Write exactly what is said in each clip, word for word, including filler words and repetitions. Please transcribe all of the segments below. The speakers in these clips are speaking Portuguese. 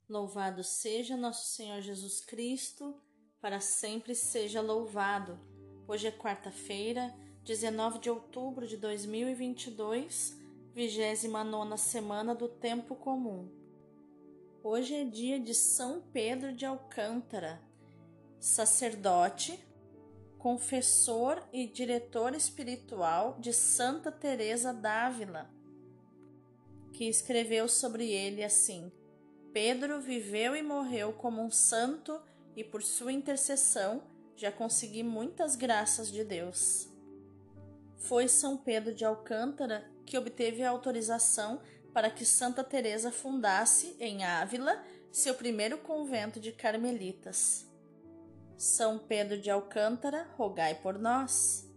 Louvado seja nosso Senhor Jesus Cristo, para sempre seja louvado. Hoje é quarta-feira, dezenove de outubro de dois mil e vinte e dois, vigésima nona semana do Tempo Comum. Hoje é dia de São Pedro de Alcântara, sacerdote, confessor e diretor espiritual de Santa Teresa d'Ávila, que escreveu sobre ele assim: Pedro viveu e morreu como um santo e por sua intercessão já consegui muitas graças de Deus. Foi São Pedro de Alcântara que obteve a autorização para que Santa Teresa fundasse em Ávila seu primeiro convento de carmelitas. São Pedro de Alcântara, rogai por nós.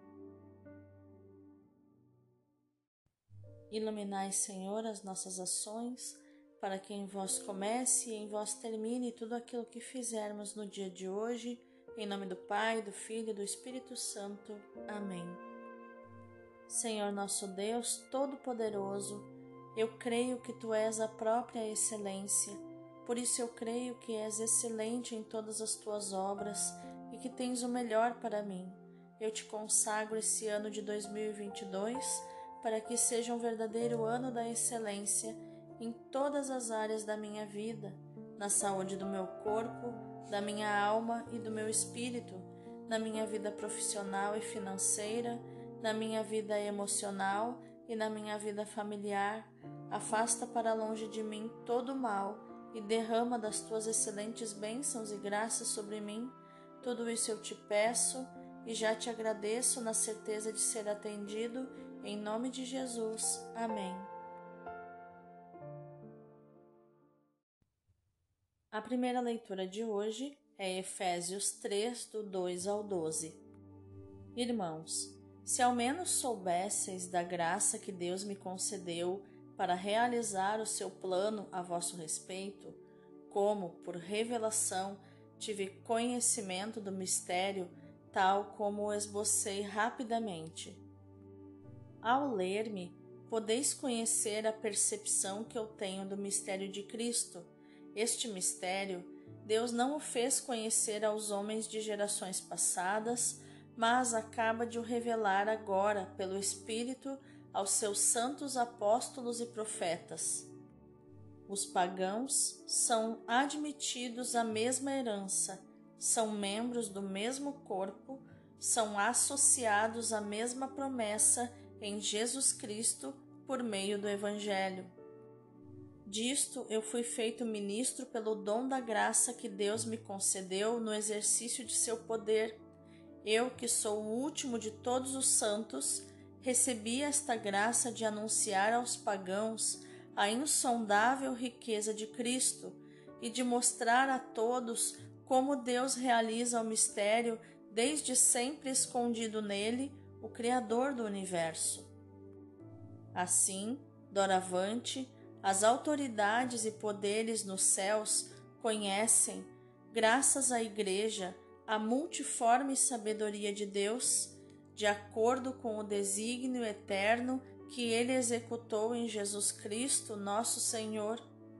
Iluminai, Senhor, as nossas ações, para que em vós comece e em vós termine tudo aquilo que fizermos no dia de hoje, em nome do Pai, do Filho e do Espírito Santo. Amém. Senhor nosso Deus Todo-Poderoso, eu creio que Tu és a própria excelência, por isso eu creio que és excelente em todas as Tuas obras e que tens o melhor para mim. Eu te consagro esse ano de dois mil e vinte e dois para que seja um verdadeiro ano da excelência em todas as áreas da minha vida, na saúde do meu corpo, da minha alma e do meu espírito, na minha vida profissional e financeira, na minha vida emocional e na minha vida familiar. Afasta para longe de mim todo o mal e derrama das tuas excelentes bênçãos e graças sobre mim. Tudo isso eu te peço e já te agradeço na certeza de ser atendido, em nome de Jesus. Amém. A primeira leitura de hoje é Efésios três, do dois ao doze. Irmãos, se ao menos soubesseis da graça que Deus me concedeu para realizar o seu plano a vosso respeito, como, por revelação, tive conhecimento do mistério, tal como o esbocei rapidamente. Ao ler-me, podeis conhecer a percepção que eu tenho do mistério de Cristo. Este mistério, Deus não o fez conhecer aos homens de gerações passadas, mas acaba de o revelar agora, pelo Espírito, aos seus santos apóstolos e profetas. Os pagãos são admitidos à mesma herança, são membros do mesmo corpo, são associados à mesma promessa em Jesus Cristo por meio do Evangelho. Disto eu fui feito ministro pelo dom da graça que Deus me concedeu no exercício de seu poder. Eu, que sou o último de todos os santos, recebi esta graça de anunciar aos pagãos a insondável riqueza de Cristo e de mostrar a todos como Deus realiza o mistério desde sempre escondido nele, o Criador do Universo. Assim, doravante, as autoridades e poderes nos céus conhecem, graças à Igreja, a multiforme sabedoria de Deus, de acordo com o desígnio eterno que Ele executou em Jesus Cristo, nosso Senhor.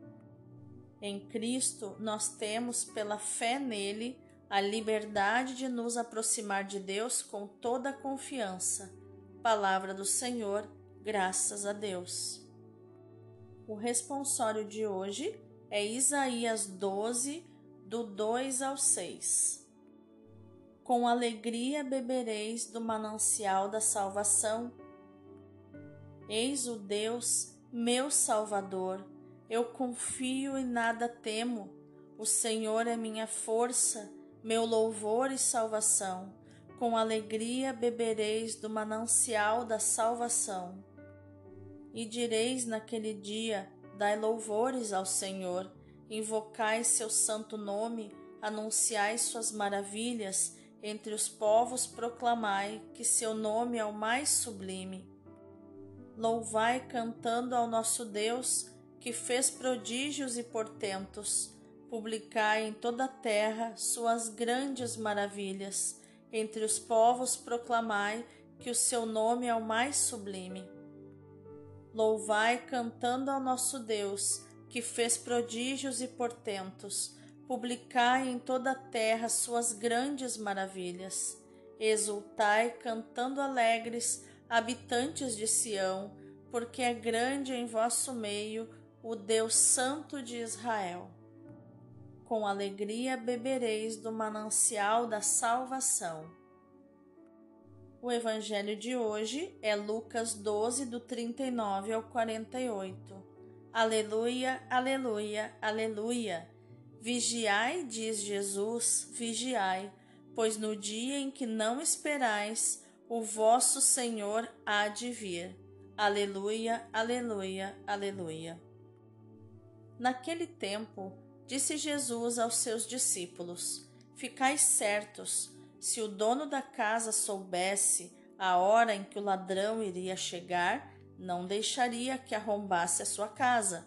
Em Cristo, nós temos, pela fé nele, a liberdade de nos aproximar de Deus com toda a confiança. Palavra do Senhor, graças a Deus. O responsório de hoje é Isaías doze, do dois ao seis. Com alegria bebereis do manancial da salvação. Eis o Deus, meu Salvador, eu confio e nada temo. O Senhor é minha força, meu louvor e salvação. Com alegria bebereis do manancial da salvação. E direis naquele dia: dai louvores ao Senhor, invocai seu santo nome, anunciai suas maravilhas, entre os povos proclamai que seu nome é o mais sublime. Louvai cantando ao nosso Deus, que fez prodígios e portentos. Publicai em toda a terra suas grandes maravilhas, entre os povos proclamai que o seu nome é o mais sublime. Louvai cantando ao nosso Deus, que fez prodígios e portentos, publicai em toda a terra suas grandes maravilhas. Exultai, cantando alegres, habitantes de Sião, porque é grande em vosso meio o Deus Santo de Israel. Com alegria bebereis do manancial da salvação. O evangelho de hoje é Lucas doze, do trinta e nove ao quarenta e oito. Aleluia, aleluia, aleluia. Vigiai, diz Jesus, vigiai, pois no dia em que não esperais, o vosso Senhor há de vir. Aleluia, aleluia, aleluia. Naquele tempo, disse Jesus aos seus discípulos: Ficai certos, se o dono da casa soubesse a hora em que o ladrão iria chegar, não deixaria que arrombasse a sua casa.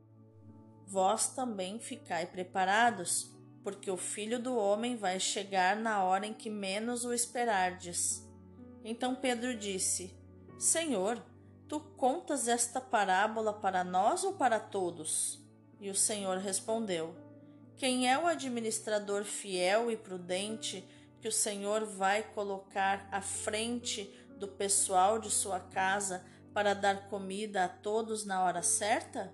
Vós também ficai preparados, porque o Filho do Homem vai chegar na hora em que menos o esperardes. Então Pedro disse: Senhor, tu contas esta parábola para nós ou para todos? E o Senhor respondeu: Quem é o administrador fiel e prudente que o Senhor vai colocar à frente do pessoal de sua casa para dar comida a todos na hora certa?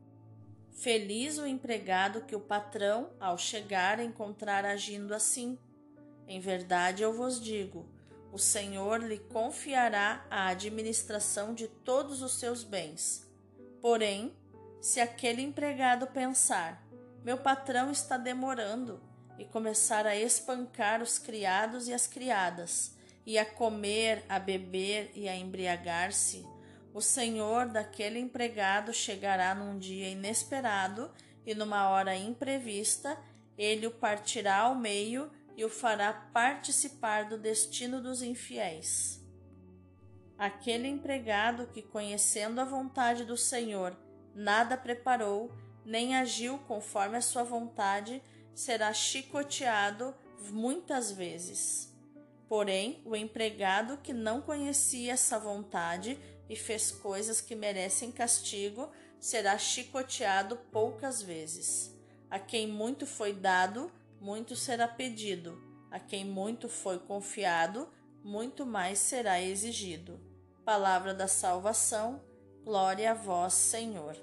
Feliz o empregado que o patrão, ao chegar, encontrar agindo assim. Em verdade eu vos digo, o Senhor lhe confiará a administração de todos os seus bens. Porém, se aquele empregado pensar, meu patrão está demorando, e começar a espancar os criados e as criadas, e a comer, a beber e a embriagar-se, o senhor daquele empregado chegará num dia inesperado e numa hora imprevista, ele o partirá ao meio e o fará participar do destino dos infiéis. Aquele empregado que, conhecendo a vontade do Senhor, nada preparou, nem agiu conforme a sua vontade, será chicoteado muitas vezes. Porém, o empregado que não conhecia essa vontade e fez coisas que merecem castigo, será chicoteado poucas vezes. A quem muito foi dado, muito será pedido. A quem muito foi confiado, muito mais será exigido. Palavra da salvação, glória a vós, Senhor.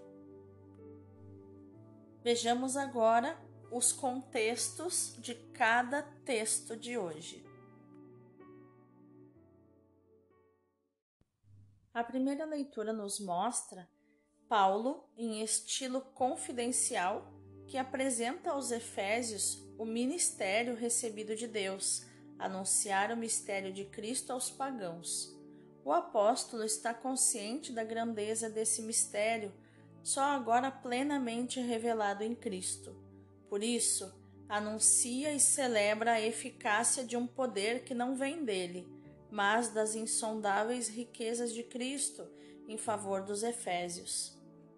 Vejamos agora os contextos de cada texto de hoje. A primeira leitura nos mostra Paulo, em estilo confidencial, que apresenta aos Efésios o ministério recebido de Deus, anunciar o mistério de Cristo aos pagãos. O apóstolo está consciente da grandeza desse mistério, só agora plenamente revelado em Cristo. Por isso, anuncia e celebra a eficácia de um poder que não vem dele, mas das insondáveis riquezas de Cristo em favor dos efésios.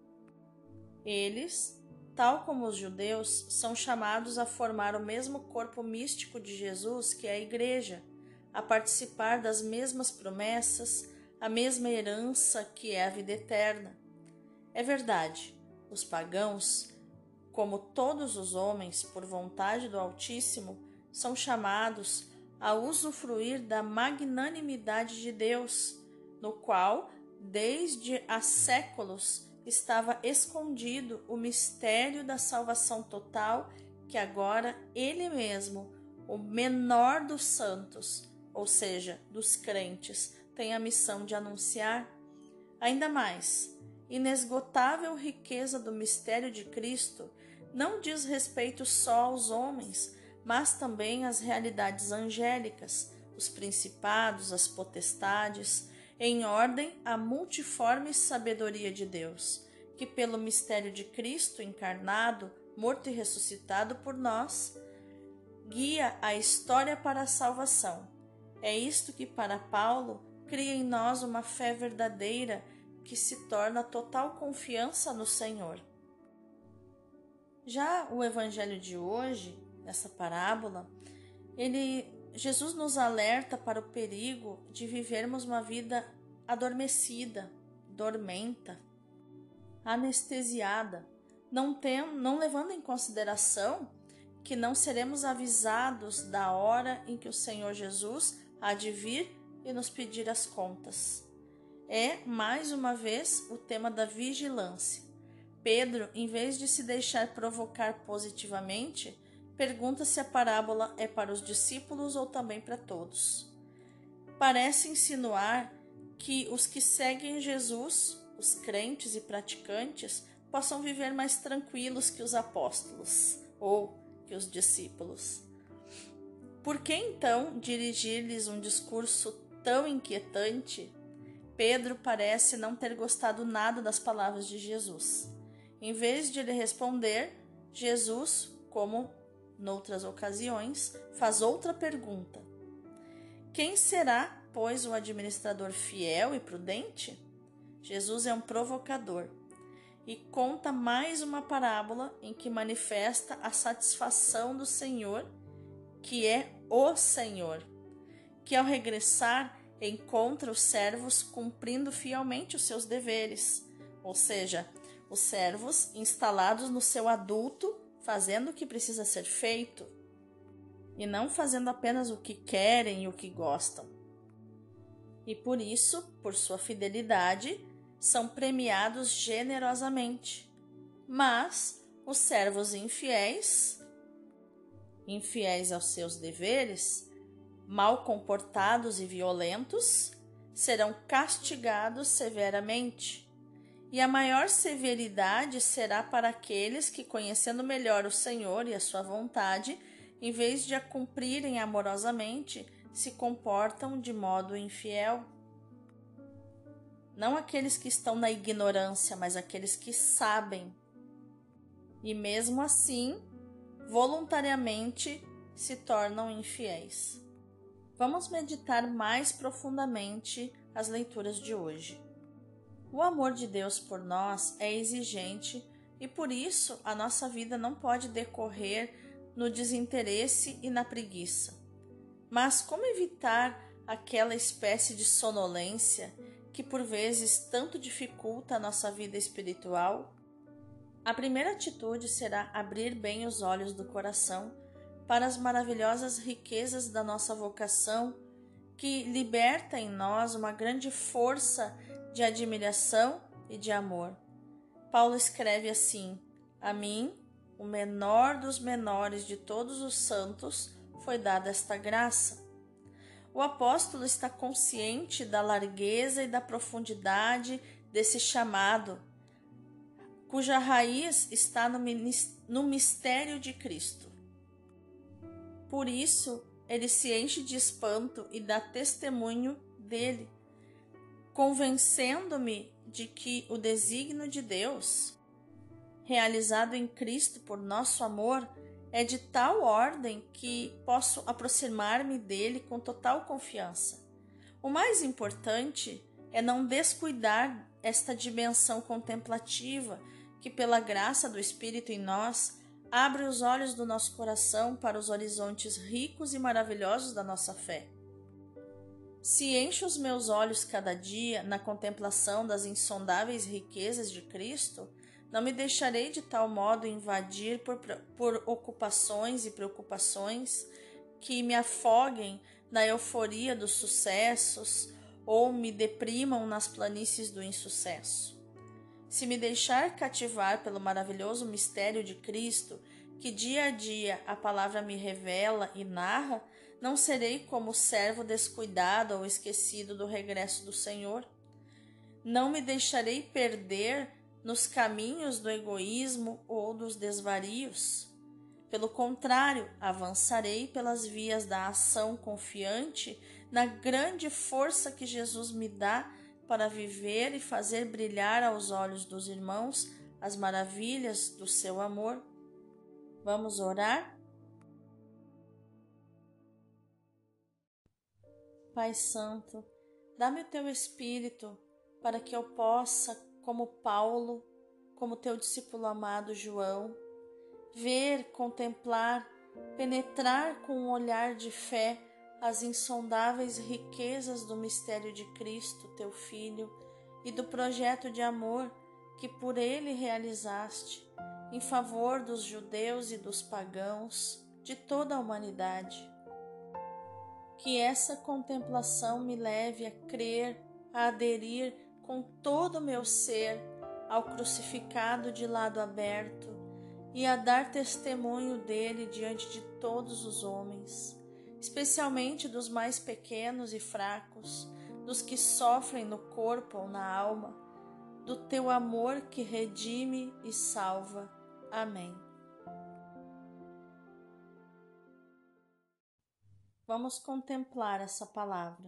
Eles, tal como os judeus, são chamados a formar o mesmo corpo místico de Jesus, que é a Igreja, a participar das mesmas promessas, a mesma herança que é a vida eterna. É verdade, os pagãos, como todos os homens, por vontade do Altíssimo, são chamados a usufruir da magnanimidade de Deus, no qual, desde há séculos, estava escondido o mistério da salvação total que agora Ele mesmo, o menor dos santos, ou seja, dos crentes, tem a missão de anunciar. Ainda mais, inesgotável riqueza do mistério de Cristo não diz respeito só aos homens, mas também às realidades angélicas, os principados, as potestades, em ordem à multiforme sabedoria de Deus, que pelo mistério de Cristo encarnado, morto e ressuscitado por nós, guia a história para a salvação. É isto que, para Paulo, cria em nós uma fé verdadeira que se torna total confiança no Senhor. Já o evangelho de hoje, nessa parábola, ele, Jesus nos alerta para o perigo de vivermos uma vida adormecida, dormenta, anestesiada, não, tem, não levando em consideração que não seremos avisados da hora em que o Senhor Jesus há de vir e nos pedir as contas. É, mais uma vez, o tema da vigilância. Pedro, em vez de se deixar provocar positivamente, pergunta se a parábola é para os discípulos ou também para todos. Parece insinuar que os que seguem Jesus, os crentes e praticantes, possam viver mais tranquilos que os apóstolos ou que os discípulos. Por que então dirigir-lhes um discurso tão inquietante? Pedro parece não ter gostado nada das palavras de Jesus. Em vez de lhe responder, Jesus, como noutras ocasiões, faz outra pergunta. Quem será, pois, o administrador fiel e prudente? Jesus é um provocador e conta mais uma parábola em que manifesta a satisfação do Senhor, que é o Senhor, que ao regressar encontra os servos cumprindo fielmente os seus deveres, ou seja, os servos instalados no seu adulto, fazendo o que precisa ser feito, e não fazendo apenas o que querem e o que gostam. E por isso, por sua fidelidade, são premiados generosamente. Mas os servos infiéis, infiéis aos seus deveres, mal comportados e violentos, serão castigados severamente. E a maior severidade será para aqueles que, conhecendo melhor o Senhor e a sua vontade, em vez de a cumprirem amorosamente, se comportam de modo infiel. Não aqueles que estão na ignorância, mas aqueles que sabem. E mesmo assim, voluntariamente se tornam infiéis. Vamos meditar mais profundamente as leituras de hoje. O amor de Deus por nós é exigente e por isso a nossa vida não pode decorrer no desinteresse e na preguiça. Mas como evitar aquela espécie de sonolência que por vezes tanto dificulta a nossa vida espiritual? A primeira atitude será abrir bem os olhos do coração para as maravilhosas riquezas da nossa vocação, que liberta em nós uma grande força de admiração e de amor. Paulo escreve assim: a mim, o menor dos menores de todos os santos, foi dada esta graça. O apóstolo está consciente da largueza e da profundidade desse chamado, cuja raiz está no mistério de Cristo. Por isso, ele se enche de espanto e dá testemunho dele, convencendo-me de que o desígnio de Deus, realizado em Cristo por nosso amor, é de tal ordem que posso aproximar-me dele com total confiança. O mais importante é não descuidar esta dimensão contemplativa que, pela graça do Espírito em nós, abre os olhos do nosso coração para os horizontes ricos e maravilhosos da nossa fé. Se encho os meus olhos cada dia na contemplação das insondáveis riquezas de Cristo, não me deixarei de tal modo invadir por, por ocupações e preocupações que me afoguem na euforia dos sucessos ou me deprimam nas planícies do insucesso. Se me deixar cativar pelo maravilhoso mistério de Cristo, que dia a dia a palavra me revela e narra, não serei como servo descuidado ou esquecido do regresso do Senhor. Não me deixarei perder nos caminhos do egoísmo ou dos desvarios. Pelo contrário, avançarei pelas vias da ação confiante na grande força que Jesus me dá para viver e fazer brilhar aos olhos dos irmãos as maravilhas do seu amor. Vamos orar? Pai Santo, dá-me o teu Espírito para que eu possa, como Paulo, como teu discípulo amado João, ver, contemplar, penetrar com um olhar de fé as insondáveis riquezas do mistério de Cristo, teu Filho, e do projeto de amor que por ele realizaste em favor dos judeus e dos pagãos, de toda a humanidade. Que essa contemplação me leve a crer, a aderir com todo o meu ser ao crucificado de lado aberto e a dar testemunho dele diante de todos os homens, especialmente dos mais pequenos e fracos, dos que sofrem no corpo ou na alma, do teu amor que redime e salva. Amém. Vamos contemplar essa palavra.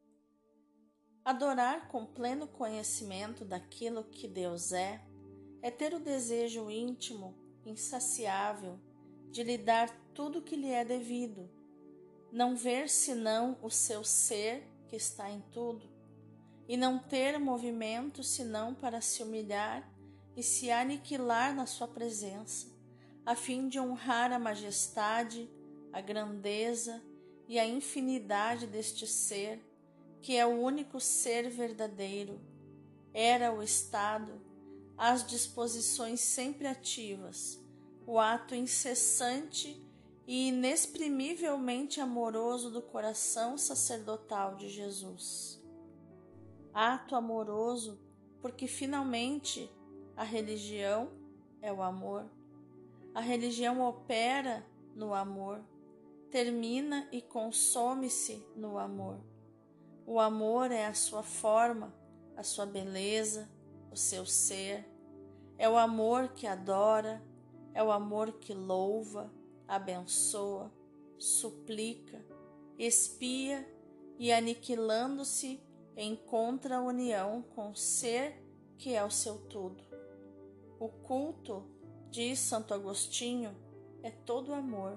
Adorar com pleno conhecimento daquilo que Deus é, é ter o desejo íntimo, insaciável, de lhe dar tudo que lhe é devido, não ver senão o seu ser que está em tudo, e não ter movimento senão para se humilhar e se aniquilar na sua presença, a fim de honrar a majestade, a grandeza e a infinidade deste ser, que é o único ser verdadeiro, era o estado, as disposições sempre ativas, o ato incessante e inexprimivelmente amoroso do coração sacerdotal de Jesus. Ato amoroso porque finalmente a religião é o amor. A religião opera no amor, termina e consome-se no amor. O amor é a sua forma, a sua beleza, o seu ser. É o amor que adora, é o amor que louva, abençoa, suplica, expia e, aniquilando-se, encontra a união com o ser que é o seu tudo. O culto, diz Santo Agostinho, é todo amor.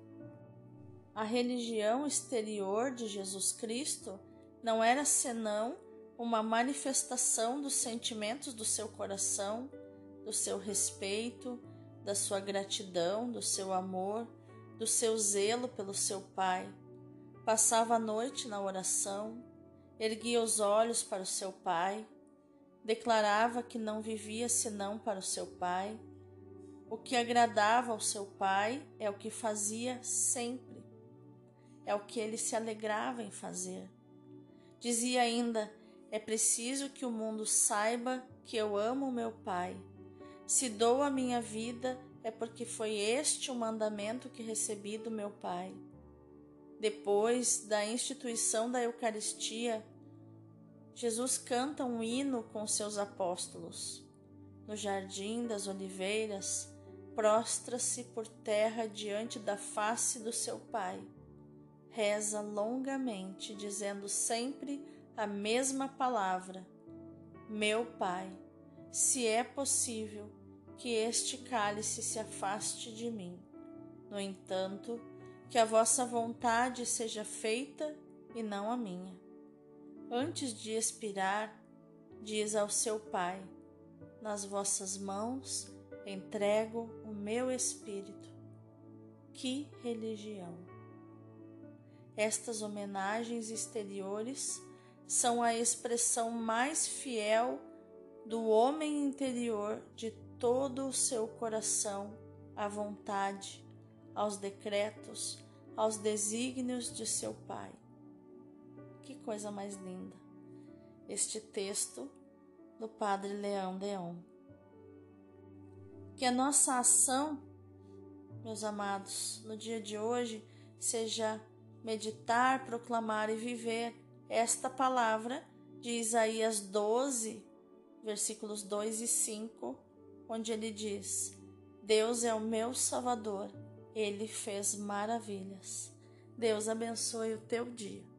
A religião exterior de Jesus Cristo não era senão uma manifestação dos sentimentos do seu coração, do seu respeito, da sua gratidão, do seu amor, do seu zelo pelo seu Pai. Passava a noite na oração, erguia os olhos para o seu Pai, declarava que não vivia senão para o seu Pai. O que agradava ao seu Pai é o que fazia sempre, é o que ele se alegrava em fazer. Dizia ainda: é preciso que o mundo saiba que eu amo o meu Pai. Se dou a minha vida é porque foi este o mandamento que recebi do meu Pai. Depois da instituição da Eucaristia, Jesus canta um hino com seus apóstolos. No Jardim das Oliveiras, prostra-se por terra diante da face do seu Pai. Reza longamente, dizendo sempre a mesma palavra: meu Pai, se é possível, que este cálice se afaste de mim. No entanto, que a vossa vontade seja feita e não a minha. Antes de expirar, diz ao seu Pai: nas vossas mãos entrego o meu espírito. Que religião! Estas homenagens exteriores são a expressão mais fiel do homem interior de todo o seu coração, à vontade, aos decretos, aos desígnios de seu Pai. Que coisa mais linda! Este texto do Padre Leão Deon. Que a nossa ação, meus amados, no dia de hoje, seja meditar, proclamar e viver esta palavra de Isaías doze, versículos dois e cinco, onde ele diz: Deus é o meu Salvador, Ele fez maravilhas. Deus abençoe o teu dia.